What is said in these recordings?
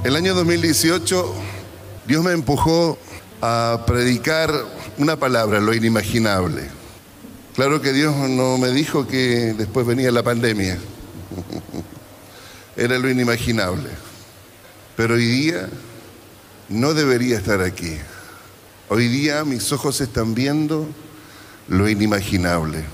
El año 2018, Dios me empujó a predicar una palabra, lo inimaginable. Claro que Dios no me dijo que después venía la pandemia. Era lo inimaginable. Pero hoy día no debería estar aquí. Hoy día mis ojos están viendo lo inimaginable.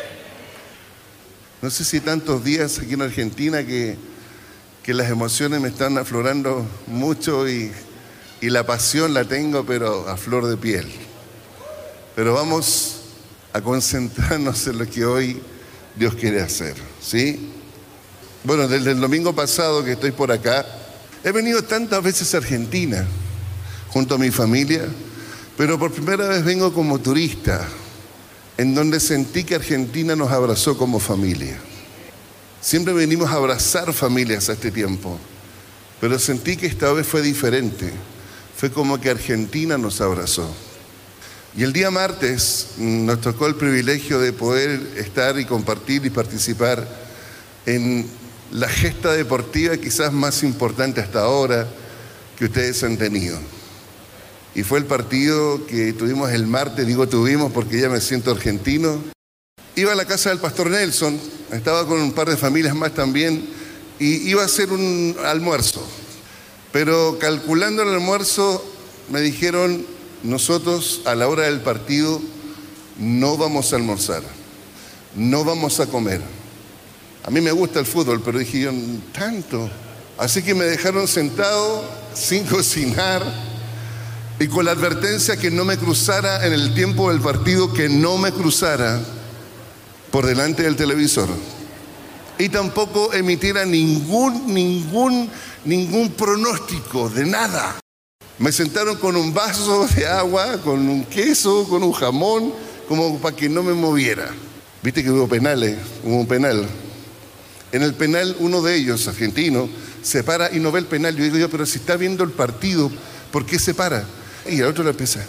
No sé si tantos días aquí en Argentina que las emociones me están aflorando mucho y la pasión la tengo, pero a flor de piel. Pero vamos a concentrarnos en lo que hoy Dios quiere hacer, ¿sí? Bueno, desde el domingo pasado que estoy por acá, he venido tantas veces a Argentina junto a mi familia, pero por primera vez vengo como turista, en donde sentí que Argentina nos abrazó como familia. Siempre venimos a abrazar familias a este tiempo, pero sentí que esta vez fue diferente. Fue como que Argentina nos abrazó. Y el día martes nos tocó el privilegio de poder estar y compartir y participar en la gesta deportiva quizás más importante hasta ahora que ustedes han tenido. Y fue el partido que tuvimos el martes, digo tuvimos porque ya me siento argentino. Iba a la casa del pastor Nelson, estaba con un par de familias más también, y iba a hacer un almuerzo. Pero calculando el almuerzo, me dijeron, nosotros a la hora del partido no vamos a almorzar, no vamos a comer. A mí me gusta el fútbol, pero dije yo, tanto. Así que me dejaron sentado, sin cocinar, y con la advertencia que no me cruzara en el tiempo del partido, que no me cruzara por delante del televisor. Y tampoco emitiera ningún pronóstico de nada. Me sentaron con un vaso de agua, con un queso, con un jamón, como para que no me moviera. Viste que hubo un penal. En el penal, uno de ellos, argentino, se para y no ve el penal. Yo digo pero si está viendo el partido, ¿por qué se para? Y el otro le empieza,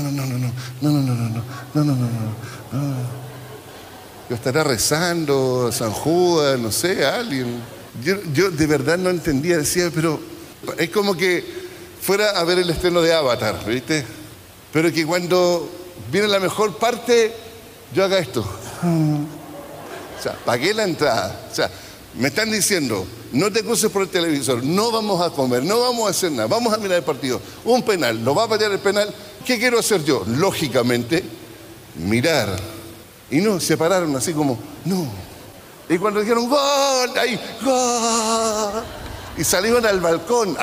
no. Yo estará rezando, San Judas, no sé, alguien. Yo de verdad no entendía, decía, pero es como que fuera a ver el estreno de Avatar, ¿viste? Pero que cuando viene la mejor parte, yo haga esto. O sea, pagué la entrada. O sea, me están diciendo, no te cruces por el televisor, no vamos a comer, no vamos a hacer nada, vamos a mirar el partido. Un penal, ¿lo va a patear el penal? ¿Qué quiero hacer yo? Lógicamente, mirar. Y no, se pararon así como, no. Y cuando dijeron, ¡gol! Ahí, ¡gol! Y salieron al balcón.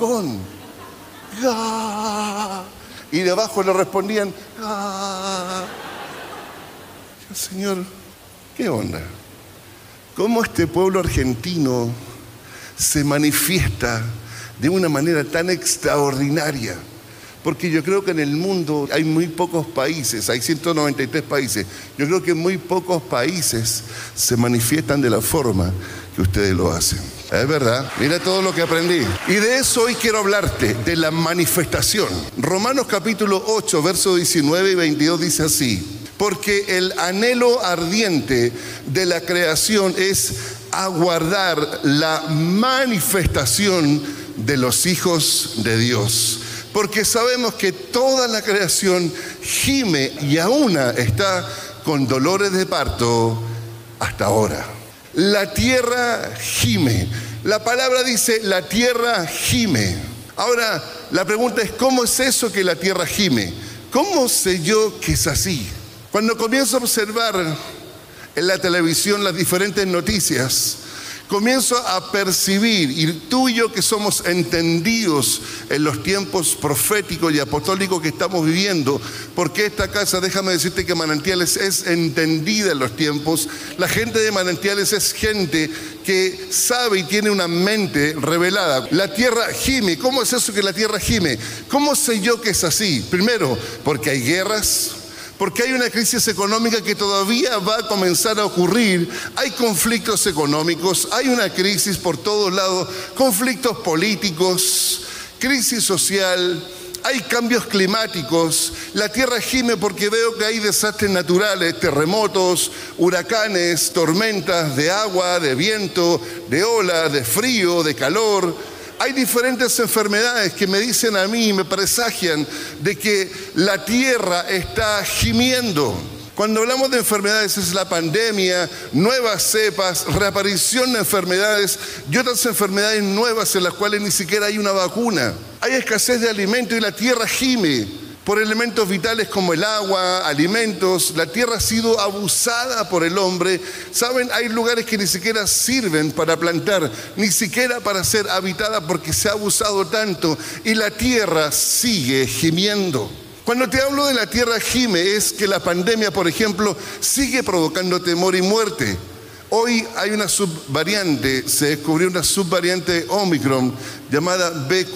¡Gol! Y de abajo le respondían, ¡gol! Yo, Señor, ¿qué onda? ¿Cómo este pueblo argentino se manifiesta de una manera tan extraordinaria? Porque yo creo que en el mundo hay muy pocos países, hay 193 países. Yo creo que muy pocos países se manifiestan de la forma que ustedes lo hacen. Es verdad, mira todo lo que aprendí. Y de eso hoy quiero hablarte, de la manifestación. Romanos capítulo 8, versos 19 y 22 dice así. Porque el anhelo ardiente de la creación es aguardar la manifestación de los hijos de Dios. Porque sabemos que toda la creación gime y aún está con dolores de parto hasta ahora. La tierra gime. La palabra dice, la tierra gime. Ahora, la pregunta es, ¿cómo es eso que la tierra gime? ¿Cómo sé yo que es así? Cuando comienzo a observar en la televisión las diferentes noticias, comienzo a percibir, y tú y yo que somos entendidos en los tiempos proféticos y apostólicos que estamos viviendo, porque esta casa, déjame decirte que Manantiales es entendida en los tiempos. La gente de Manantiales es gente que sabe y tiene una mente revelada. La tierra gime. ¿Cómo es eso que la tierra gime? ¿Cómo sé yo que es así? Primero, porque hay guerras. Porque hay una crisis económica que todavía va a comenzar a ocurrir. Hay conflictos económicos, hay una crisis por todos lados, conflictos políticos, crisis social, hay cambios climáticos. La tierra gime porque veo que hay desastres naturales, terremotos, huracanes, tormentas de agua, de viento, de ola, de frío, de calor. Hay diferentes enfermedades que me dicen a mí, me presagian de que la tierra está gimiendo. Cuando hablamos de enfermedades es la pandemia, nuevas cepas, reaparición de enfermedades y otras enfermedades nuevas en las cuales ni siquiera hay una vacuna. Hay escasez de alimento y la tierra gime por elementos vitales como el agua, alimentos. La tierra ha sido abusada por el hombre. ¿Saben? Hay lugares que ni siquiera sirven para plantar, ni siquiera para ser habitada porque se ha abusado tanto y la tierra sigue gimiendo. Cuando te hablo de la tierra gime es que la pandemia, por ejemplo, sigue provocando temor y muerte. Hoy hay una subvariante, se descubrió una subvariante Omicron llamada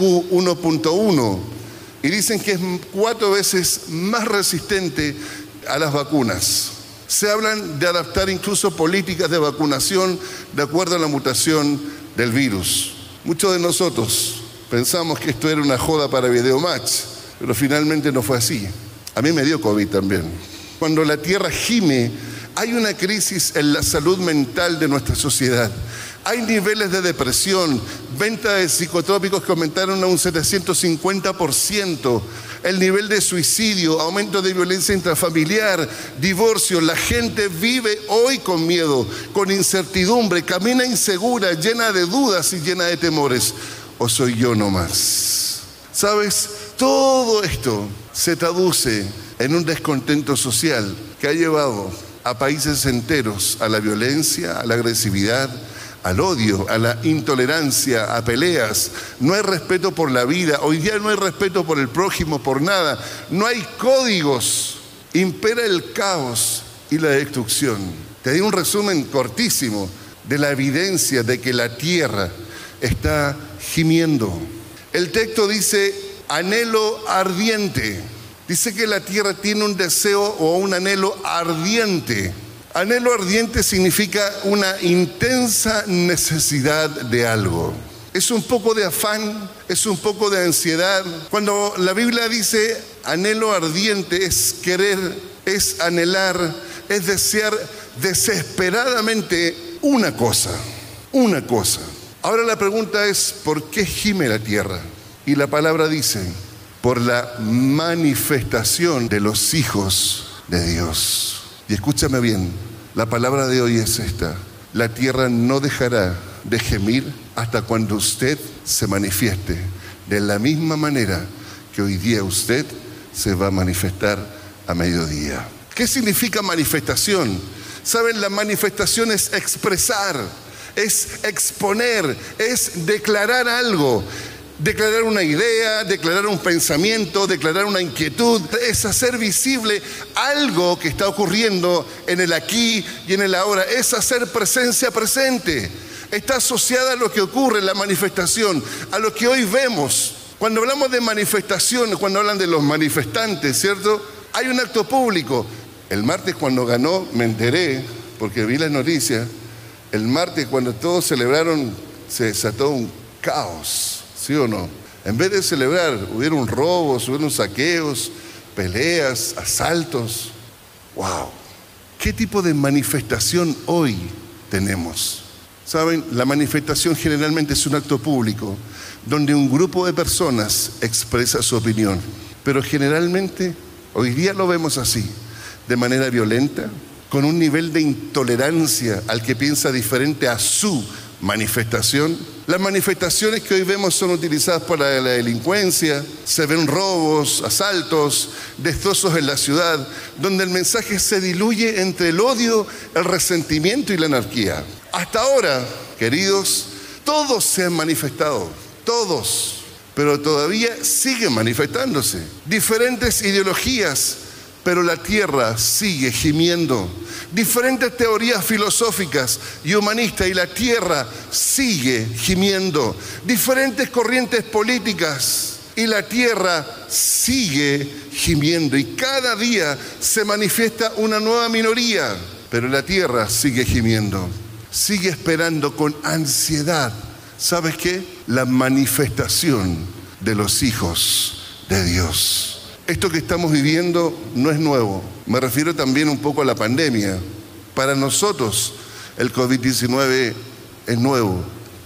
BQ1.1 y dicen que es 4 veces más resistente a las vacunas. Se hablan de adaptar incluso políticas de vacunación de acuerdo a la mutación del virus. Muchos de nosotros pensamos que esto era una joda para Videomatch, pero finalmente no fue así. A mí me dio COVID también. Cuando la tierra gime, hay una crisis en la salud mental de nuestra sociedad. Hay niveles de depresión, venta de psicotrópicos que aumentaron a un 750%, el nivel de suicidio, aumento de violencia intrafamiliar, divorcio. La gente vive hoy con miedo, con incertidumbre, camina insegura, llena de dudas y llena de temores. ¿O soy yo nomás? ¿Sabes? Todo esto se traduce en un descontento social que ha llevado a países enteros a la violencia, a la agresividad, al odio, a la intolerancia, a peleas. No hay respeto por la vida. Hoy día no hay respeto por el prójimo, por nada. No hay códigos. Impera el caos y la destrucción. Te di un resumen cortísimo de la evidencia de que la tierra está gimiendo. El texto dice anhelo ardiente. Dice que la tierra tiene un deseo o un anhelo ardiente. Anhelo ardiente significa una intensa necesidad de algo. Es un poco de afán, es un poco de ansiedad. Cuando la Biblia dice anhelo ardiente, es querer, es anhelar, es desear desesperadamente una cosa. Una cosa. Ahora la pregunta es, ¿por qué gime la tierra? Y la palabra dice, por la manifestación de los hijos de Dios. Y escúchame bien, la palabra de hoy es esta: la tierra no dejará de gemir hasta cuando usted se manifieste, de la misma manera que hoy día usted se va a manifestar a mediodía. ¿Qué significa manifestación? ¿Saben? La manifestación es expresar, es exponer, es declarar algo. Declarar una idea, declarar un pensamiento, declarar una inquietud, es hacer visible algo que está ocurriendo en el aquí y en el ahora, es hacer presencia presente. Está asociada a lo que ocurre en la manifestación, a lo que hoy vemos. Cuando hablamos de manifestación, cuando hablan de los manifestantes, ¿cierto? Hay un acto público. El martes cuando ganó, me enteré, porque vi las noticias, el martes cuando todos celebraron, se desató un caos. ¿Sí o no? En vez de celebrar, hubieron robos, hubieron saqueos, peleas, asaltos. ¡Wow! ¿Qué tipo de manifestación hoy tenemos? ¿Saben? La manifestación generalmente es un acto público donde un grupo de personas expresa su opinión. Pero generalmente, hoy día lo vemos así, de manera violenta, con un nivel de intolerancia al que piensa diferente a su manifestación. Las manifestaciones que hoy vemos son utilizadas para la delincuencia, se ven robos, asaltos, destrozos en la ciudad, donde el mensaje se diluye entre el odio, el resentimiento y la anarquía. Hasta ahora, queridos, todos se han manifestado, todos, pero todavía siguen manifestándose. Diferentes ideologías, pero la tierra sigue gimiendo. Diferentes teorías filosóficas y humanistas y la tierra sigue gimiendo. Diferentes corrientes políticas y la tierra sigue gimiendo. Y cada día se manifiesta una nueva minoría, pero la tierra sigue gimiendo. Sigue esperando con ansiedad. ¿Sabes qué? La manifestación de los hijos de Dios. Esto que estamos viviendo no es nuevo. Me refiero también un poco a la pandemia. Para nosotros el COVID-19 es nuevo,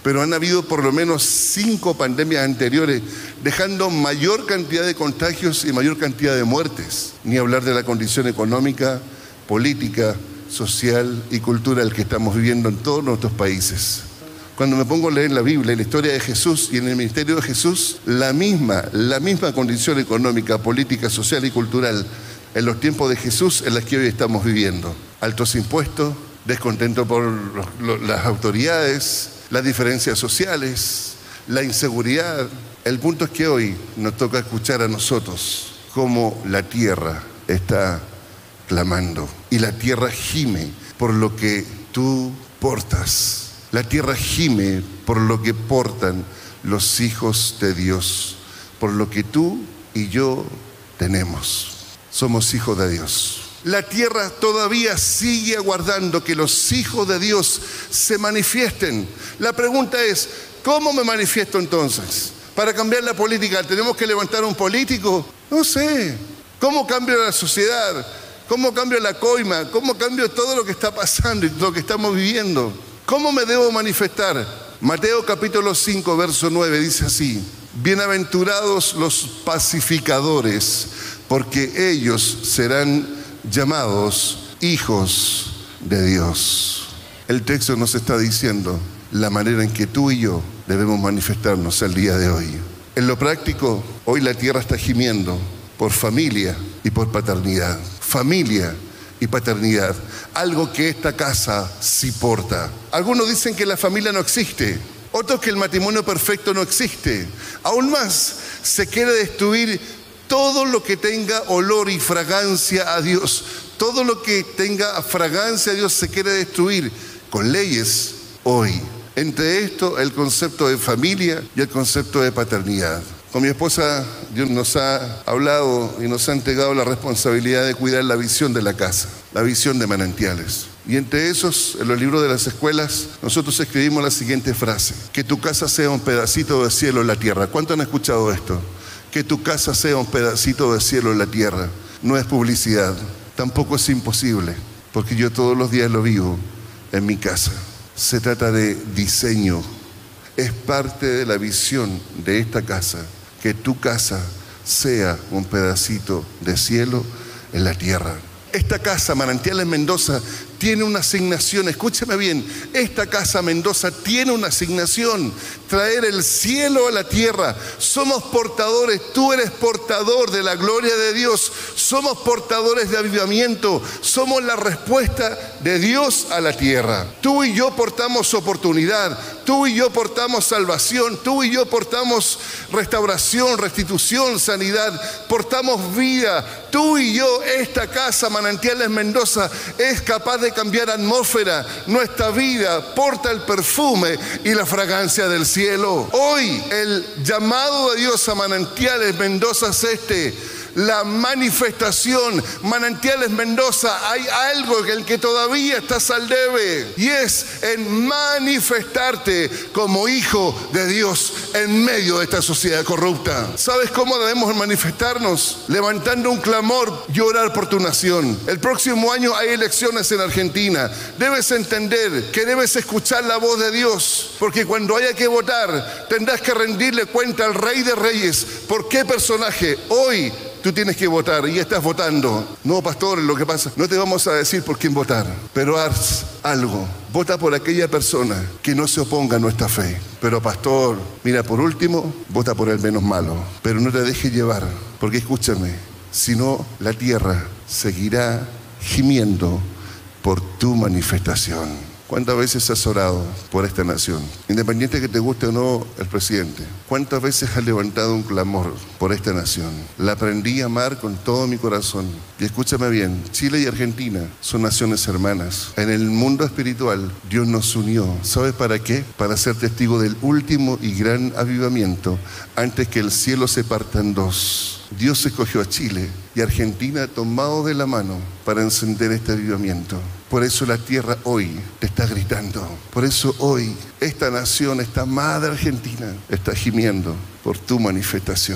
pero han habido por lo menos 5 pandemias anteriores, dejando mayor cantidad de contagios y mayor cantidad de muertes. Ni hablar de la condición económica, política, social y cultural que estamos viviendo en todos nuestros países. Cuando me pongo a leer la Biblia, en la historia de Jesús y en el ministerio de Jesús, la misma condición económica, política, social y cultural en los tiempos de Jesús en las que hoy estamos viviendo. Altos impuestos, descontento por las autoridades, las diferencias sociales, la inseguridad. El punto es que hoy nos toca escuchar a nosotros cómo la tierra está clamando y la tierra gime por lo que tú portas. La tierra gime por lo que portan los hijos de Dios, por lo que tú y yo tenemos. Somos hijos de Dios. La tierra todavía sigue aguardando que los hijos de Dios se manifiesten. La pregunta es, ¿cómo me manifiesto entonces? Para cambiar la política, ¿tenemos que levantar un político? No sé. ¿Cómo cambio la sociedad? ¿Cómo cambio la coima? ¿Cómo cambio todo lo que está pasando y lo que estamos viviendo? ¿Cómo me debo manifestar? Mateo capítulo 5, verso 9 dice así: bienaventurados los pacificadores, porque ellos serán llamados hijos de Dios. El texto nos está diciendo la manera en que tú y yo debemos manifestarnos el día de hoy. En lo práctico, hoy la tierra está gimiendo por familia y por paternidad. Familia y paternidad, algo que esta casa sí porta. Algunos dicen que la familia no existe, otros que el matrimonio perfecto no existe. Aún más, se quiere destruir todo lo que tenga olor y fragancia a Dios. Todo lo que tenga fragancia a Dios se quiere destruir con leyes hoy. Entre esto, el concepto de familia y el concepto de paternidad. Con mi esposa, Dios nos ha hablado y nos ha entregado la responsabilidad de cuidar la visión de la casa, la visión de Manantiales. Y entre esos, en los libros de las escuelas, nosotros escribimos la siguiente frase: que tu casa sea un pedacito de cielo en la tierra. ¿Cuántos han escuchado esto? Que tu casa sea un pedacito de cielo en la tierra. No es publicidad, tampoco es imposible, porque yo todos los días lo vivo en mi casa. Se trata de diseño, es parte de la visión de esta casa, que tu casa sea un pedacito de cielo en la tierra. Esta casa, Manantiales Mendoza, tiene una asignación, escúchame bien, esta casa Mendoza tiene una asignación: traer el cielo a la tierra. Somos portadores, tú eres portador de la gloria de Dios, somos portadores de avivamiento, somos la respuesta de Dios a la tierra. Tú y yo portamos oportunidad, tú y yo portamos salvación, tú y yo portamos restauración, restitución, sanidad, portamos vida. Tú y yo, esta casa Manantiales Mendoza, es capaz de cambiar atmósfera. Nuestra vida porta el perfume y la fragancia del cielo. Hoy el llamado de Dios a Manantiales Mendoza es la manifestación. Manantiales Mendoza, hay algo en el que todavía estás al debe, y es en manifestarte como hijo de Dios en medio de esta sociedad corrupta. ¿Sabes cómo debemos manifestarnos? Levantando un clamor y orar por tu nación. El próximo año hay elecciones en Argentina. Debes entender que debes escuchar la voz de Dios, porque cuando haya que votar tendrás que rendirle cuenta al Rey de Reyes. ¿Por qué personaje? Hoy tú tienes que votar y estás votando. No, pastor, lo que pasa, no te vamos a decir por quién votar, pero haz algo. Vota por aquella persona que no se oponga a nuestra fe. Pero pastor, mira, por último, vota por el menos malo. Pero no te dejes llevar, porque escúchame, si no, la tierra seguirá gimiendo por tu manifestación. ¿Cuántas veces has orado por esta nación? Independiente que te guste o no el presidente. ¿Cuántas veces has levantado un clamor por esta nación? La aprendí a amar con todo mi corazón. Y escúchame bien, Chile y Argentina son naciones hermanas. En el mundo espiritual, Dios nos unió. ¿Sabes para qué? Para ser testigo del último y gran avivamiento antes que el cielo se parta en dos. Dios escogió a Chile y Argentina tomados de la mano para encender este avivamiento. Por eso la tierra hoy te está gritando. Por eso hoy esta nación, esta madre Argentina, está gimiendo por tu manifestación.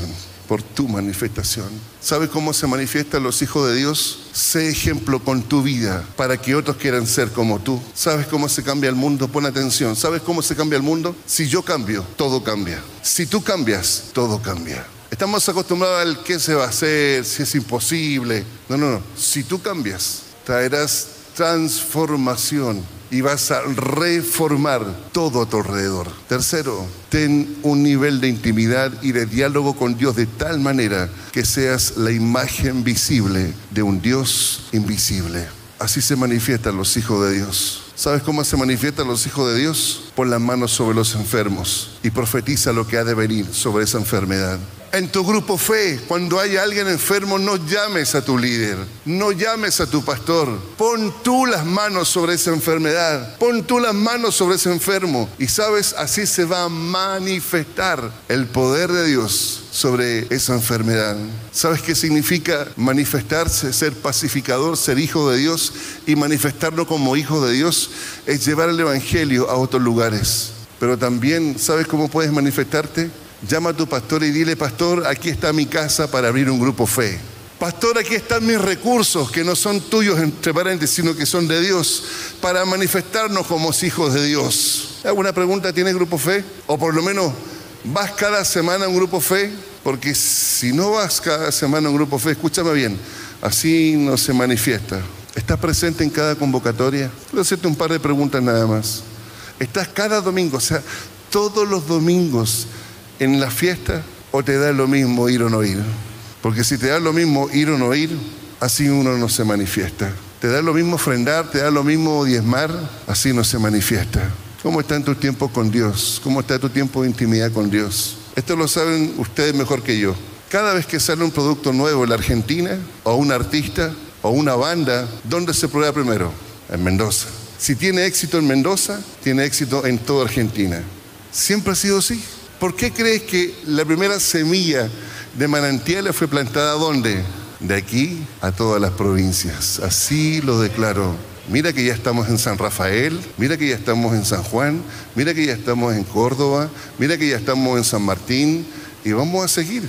por tu manifestación. ¿Sabes cómo se manifiestan los hijos de Dios? Sé ejemplo con tu vida para que otros quieran ser como tú. ¿Sabes cómo se cambia el mundo? Pon atención. ¿Sabes cómo se cambia el mundo? Si yo cambio, todo cambia. Si tú cambias, todo cambia. Estamos acostumbrados al qué se va a hacer, si es imposible. No. Si tú cambias, traerás transformación y vas a reformar todo a tu alrededor. Tercero, ten un nivel de intimidad y de diálogo con Dios de tal manera que seas la imagen visible de un Dios invisible. Así se manifiestan los hijos de Dios. ¿Sabes cómo se manifiestan los hijos de Dios? Pon las manos sobre los enfermos y profetiza lo que ha de venir sobre esa enfermedad. En tu grupo fe, cuando haya alguien enfermo, no llames a tu líder, no llames a tu pastor. Pon tú las manos sobre esa enfermedad, pon tú las manos sobre ese enfermo. Y sabes, así se va a manifestar el poder de Dios sobre esa enfermedad. ¿Sabes qué significa manifestarse, ser pacificador, ser hijo de Dios y manifestarlo como hijo de Dios? Es llevar el evangelio a otros lugares. Pero también, ¿sabes cómo puedes manifestarte? Llama a tu pastor y dile: pastor, aquí está mi casa para abrir un grupo fe. Pastor, aquí están mis recursos, que no son tuyos entre paréntesis, sino que son de Dios, para manifestarnos como hijos de Dios. ¿Alguna pregunta? ¿Tienes grupo fe? O por lo menos, ¿vas cada semana a un grupo fe? Porque si no vas cada semana a un grupo fe, escúchame bien, así no se manifiesta. ¿Estás presente en cada convocatoria? Quiero hacerte un par de preguntas nada más. ¿Estás cada domingo, o sea, todos los domingos en la fiesta, o te da lo mismo ir o no ir? Porque si te da lo mismo ir o no ir, así uno no se manifiesta. Te da lo mismo ofrendar, te da lo mismo diezmar, así no se manifiesta. ¿Cómo está en tu tiempo con Dios? ¿Cómo está tu tiempo de intimidad con Dios? Esto lo saben ustedes mejor que yo. Cada vez que sale un producto nuevo en la Argentina, o un artista, o una banda, ¿dónde se prueba primero? En Mendoza. Si tiene éxito en Mendoza, tiene éxito en toda Argentina. Siempre ha sido así. ¿Por qué crees que la primera semilla de Manantiales fue plantada ¿dónde? De aquí a todas las provincias. Así lo declaró. Mira que ya estamos en San Rafael, mira que ya estamos en San Juan, mira que ya estamos en Córdoba, mira que ya estamos en San Martín, y vamos a seguir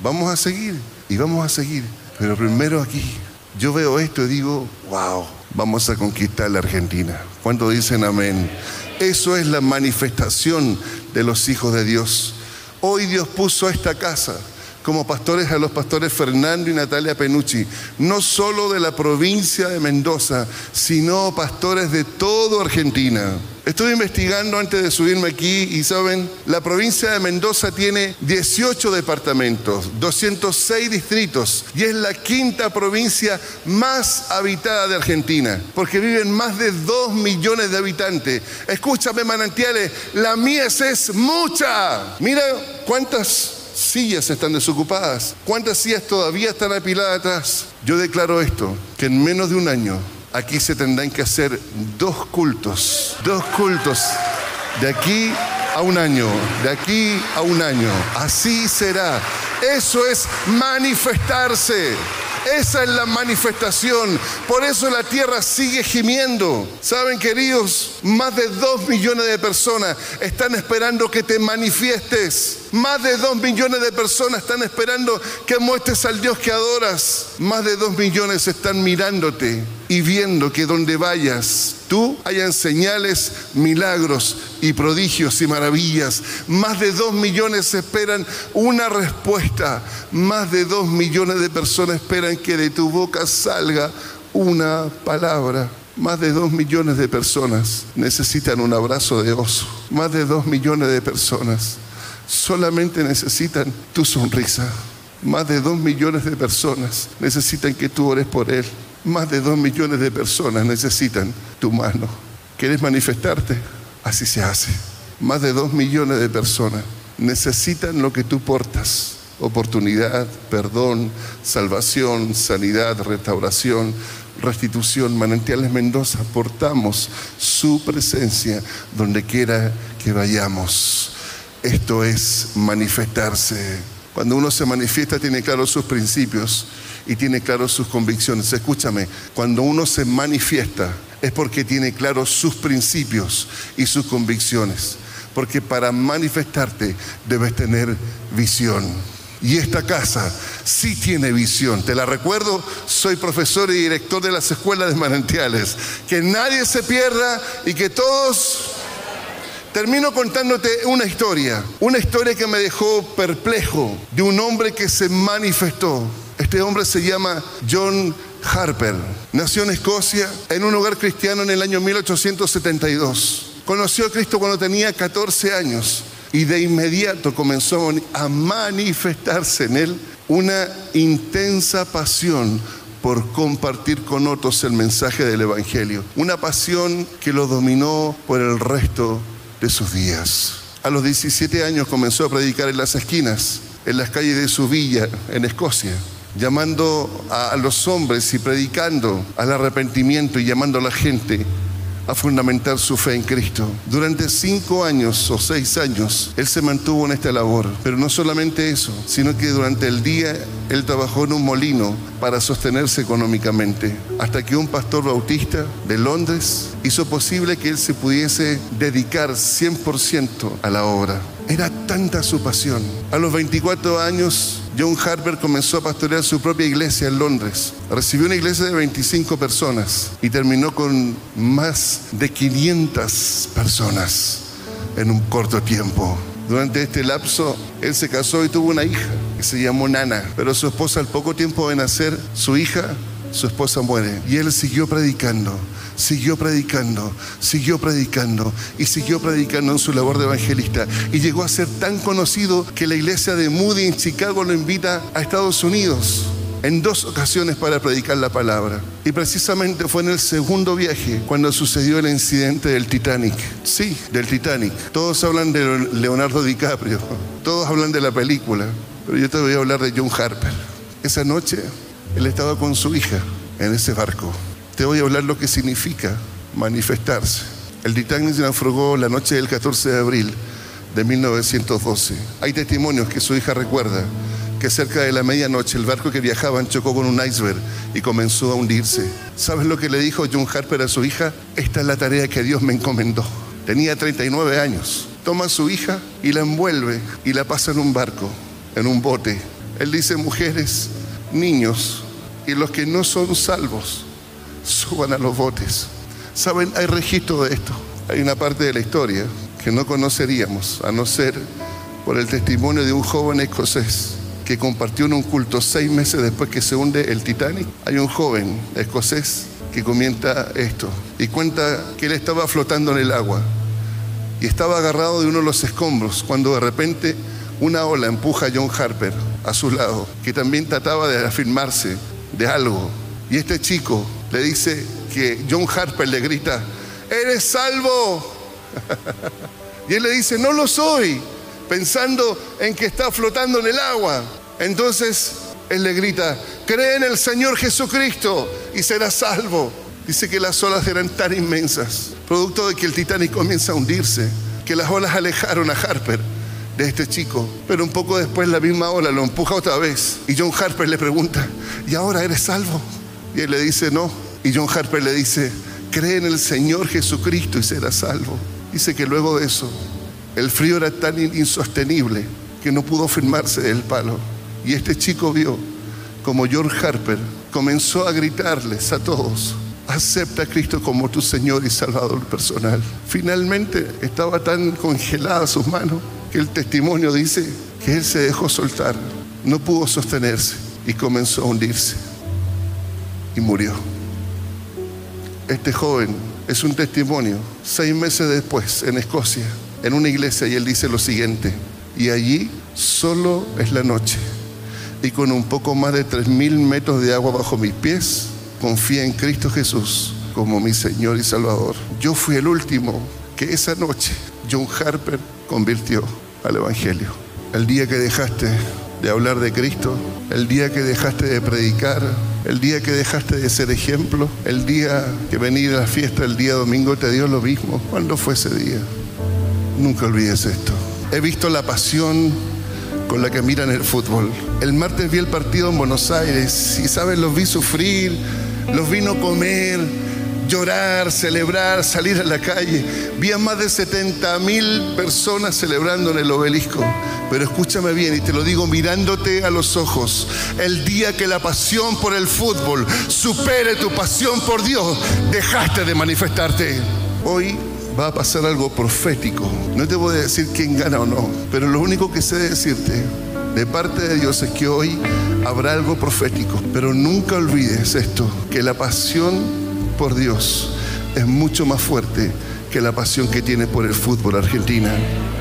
y vamos a seguir. Pero primero aquí, yo veo esto y digo, wow, vamos a conquistar la Argentina. ¿Cuántos dicen amén? Eso es la manifestación de los hijos de Dios. Hoy Dios puso esta casa como pastores a los pastores Fernando y Natalia Penucci, no solo de la provincia de Mendoza, sino pastores de toda Argentina. Estuve investigando antes de subirme aquí y saben, la provincia de Mendoza tiene 18 departamentos, 206 distritos y es la quinta provincia más habitada de Argentina, porque viven más de 2 millones de habitantes. Escúchame, Manantiales, la mies es mucha. Mira cuántas sillas están desocupadas, cuántas sillas todavía están apiladas atrás. Yo declaro esto, que en menos de un año aquí se tendrán que hacer 2 cultos, de aquí a un año, así será. Eso es manifestarse. Esa es la manifestación. Por eso la tierra sigue gimiendo. ¿Saben, queridos? Más de 2 millones de personas están esperando que te manifiestes. Más de 2 millones de personas están esperando que muestres al Dios que adoras. Más de 2 millones están mirándote y viendo que donde vayas tú hayan señales, milagros y prodigios y maravillas. Más de 2 millones esperan una respuesta. Más de 2 millones de personas esperan que de tu boca salga una palabra. Más de 2 millones de personas necesitan un abrazo de oso. Más de 2 millones de personas solamente necesitan tu sonrisa. Más de 2 millones de personas necesitan que tú ores por él. Más de 2 millones de personas necesitan tu mano. ¿Quieres manifestarte? Así se hace. Más de 2 millones de personas necesitan lo que tú portas. Oportunidad, perdón, salvación, sanidad, restauración, restitución. Manantiales Mendoza, portamos su presencia donde quiera que vayamos. Esto es manifestarse. Cuando uno se manifiesta tiene claros sus principios y tiene claros sus convicciones. Escúchame, cuando uno se manifiesta es porque tiene claros sus principios y sus convicciones. Porque para manifestarte debes tener visión. Y esta casa sí tiene visión. Te la recuerdo, soy profesor y director de las escuelas de Manantiales. Que nadie se pierda y que todos... Termino contándote una historia que me dejó perplejo, de un hombre que se manifestó. Este hombre se llama John Harper. Nació en Escocia, en un hogar cristiano en el año 1872. Conoció a Cristo cuando tenía 14 años y de inmediato comenzó a manifestarse en él una intensa pasión por compartir con otros el mensaje del Evangelio. Una pasión que lo dominó por el resto de sus días. A los 17 años comenzó a predicar en las esquinas, en las calles de su villa en Escocia, llamando a los hombres y predicando al arrepentimiento y llamando a la gente a fundamentar su fe en Cristo. Durante 5 años o 6 años, él se mantuvo en esta labor. Pero no solamente eso, sino que durante el día él trabajó en un molino para sostenerse económicamente, hasta que un pastor bautista de Londres hizo posible que él se pudiese dedicar 100% a la obra. Era tanta su pasión. A los 24 años, John Harper comenzó a pastorear su propia iglesia en Londres. Recibió una iglesia de 25 personas y terminó con más de 500 personas en un corto tiempo. Durante este lapso, él se casó y tuvo una hija que se llamó Nana. Pero su esposa, al poco tiempo de nacer, su esposa muere. Y él siguió predicando y siguió predicando en su labor de evangelista. Y llegó a ser tan conocido que la iglesia de Moody en Chicago lo invita a Estados Unidos en 2 ocasiones para predicar la palabra. Y precisamente fue en el segundo viaje cuando sucedió el incidente del Titanic. Sí, del Titanic. Todos hablan de Leonardo DiCaprio, todos hablan de la película, pero yo te voy a hablar de John Harper. Esa noche él estaba con su hija en ese barco. Te voy a hablar lo que significa manifestarse. El Titanic se naufragó la noche del 14 de abril de 1912. Hay testimonios que su hija recuerda que cerca de la medianoche el barco que viajaban chocó con un iceberg y comenzó a hundirse. ¿Sabes lo que le dijo John Harper a su hija? Esta es la tarea que Dios me encomendó. Tenía 39 años. Toma a su hija y la envuelve y la pasa en un barco, en un bote. Él dice: mujeres, niños y los que no son salvos, suban a los botes. ¿Saben? Hay registro de esto. Hay una parte de la historia que no conoceríamos, a no ser por el testimonio de un joven escocés que compartió en un culto 6 meses después que se hunde el Titanic. Hay un joven escocés que comenta esto y cuenta que él estaba flotando en el agua y estaba agarrado de uno de los escombros cuando de repente una ola empuja a John Harper a su lado, que también trataba de afirmarse de algo. Y este chico le dice que John Harper le grita: ¡eres salvo! Y él le dice: no lo soy, pensando en que está flotando en el agua. Entonces él le grita: cree en el Señor Jesucristo y serás salvo. Dice que las olas eran tan inmensas, producto de que el Titanic comienza a hundirse, que las olas alejaron a Harper de este chico. Pero un poco después la misma ola lo empuja otra vez y John Harper le pregunta: ¿y ahora eres salvo? Y él le dice: no. Y John Harper le dice: cree en el Señor Jesucristo y serás salvo. Dice que luego de eso el frío era tan insostenible que no pudo firmarse del palo. Y este chico vio como John Harper comenzó a gritarles a todos: acepta a Cristo como tu Señor y Salvador personal. Finalmente estaba tan congelada sus manos que el testimonio dice que él se dejó soltar, no pudo sostenerse y comenzó a hundirse y murió. Este joven es un testimonio 6 meses después en Escocia, en una iglesia, y él dice lo siguiente: y allí solo es la noche y con un poco más de 3.000 metros de agua bajo mis pies, confía en Cristo Jesús como mi Señor y Salvador. Yo fui el último que esa noche John Harper convirtió al Evangelio. El día que dejaste de hablar de Cristo, el día que dejaste de predicar, el día que dejaste de ser ejemplo, el día que venir a la fiesta el día domingo te dio lo mismo. ¿Cuándo fue ese día? Nunca olvides esto. He visto la pasión con la que miran el fútbol. El martes vi el partido en Buenos Aires y, ¿sabes? Los vi sufrir, los vi no comer, llorar, celebrar, salir a la calle. Vi a más de 70.000 personas celebrando en el Obelisco. Pero escúchame bien, y te lo digo mirándote a los ojos: el día que la pasión por el fútbol supere tu pasión por Dios, dejaste de manifestarte. Hoy va a pasar algo profético. No te voy a decir quién gana o no, pero lo único que sé decirte de parte de Dios es que hoy habrá algo profético. Pero nunca olvides esto, que la pasión por Dios es mucho más fuerte que la pasión que tienes por el fútbol, Argentina.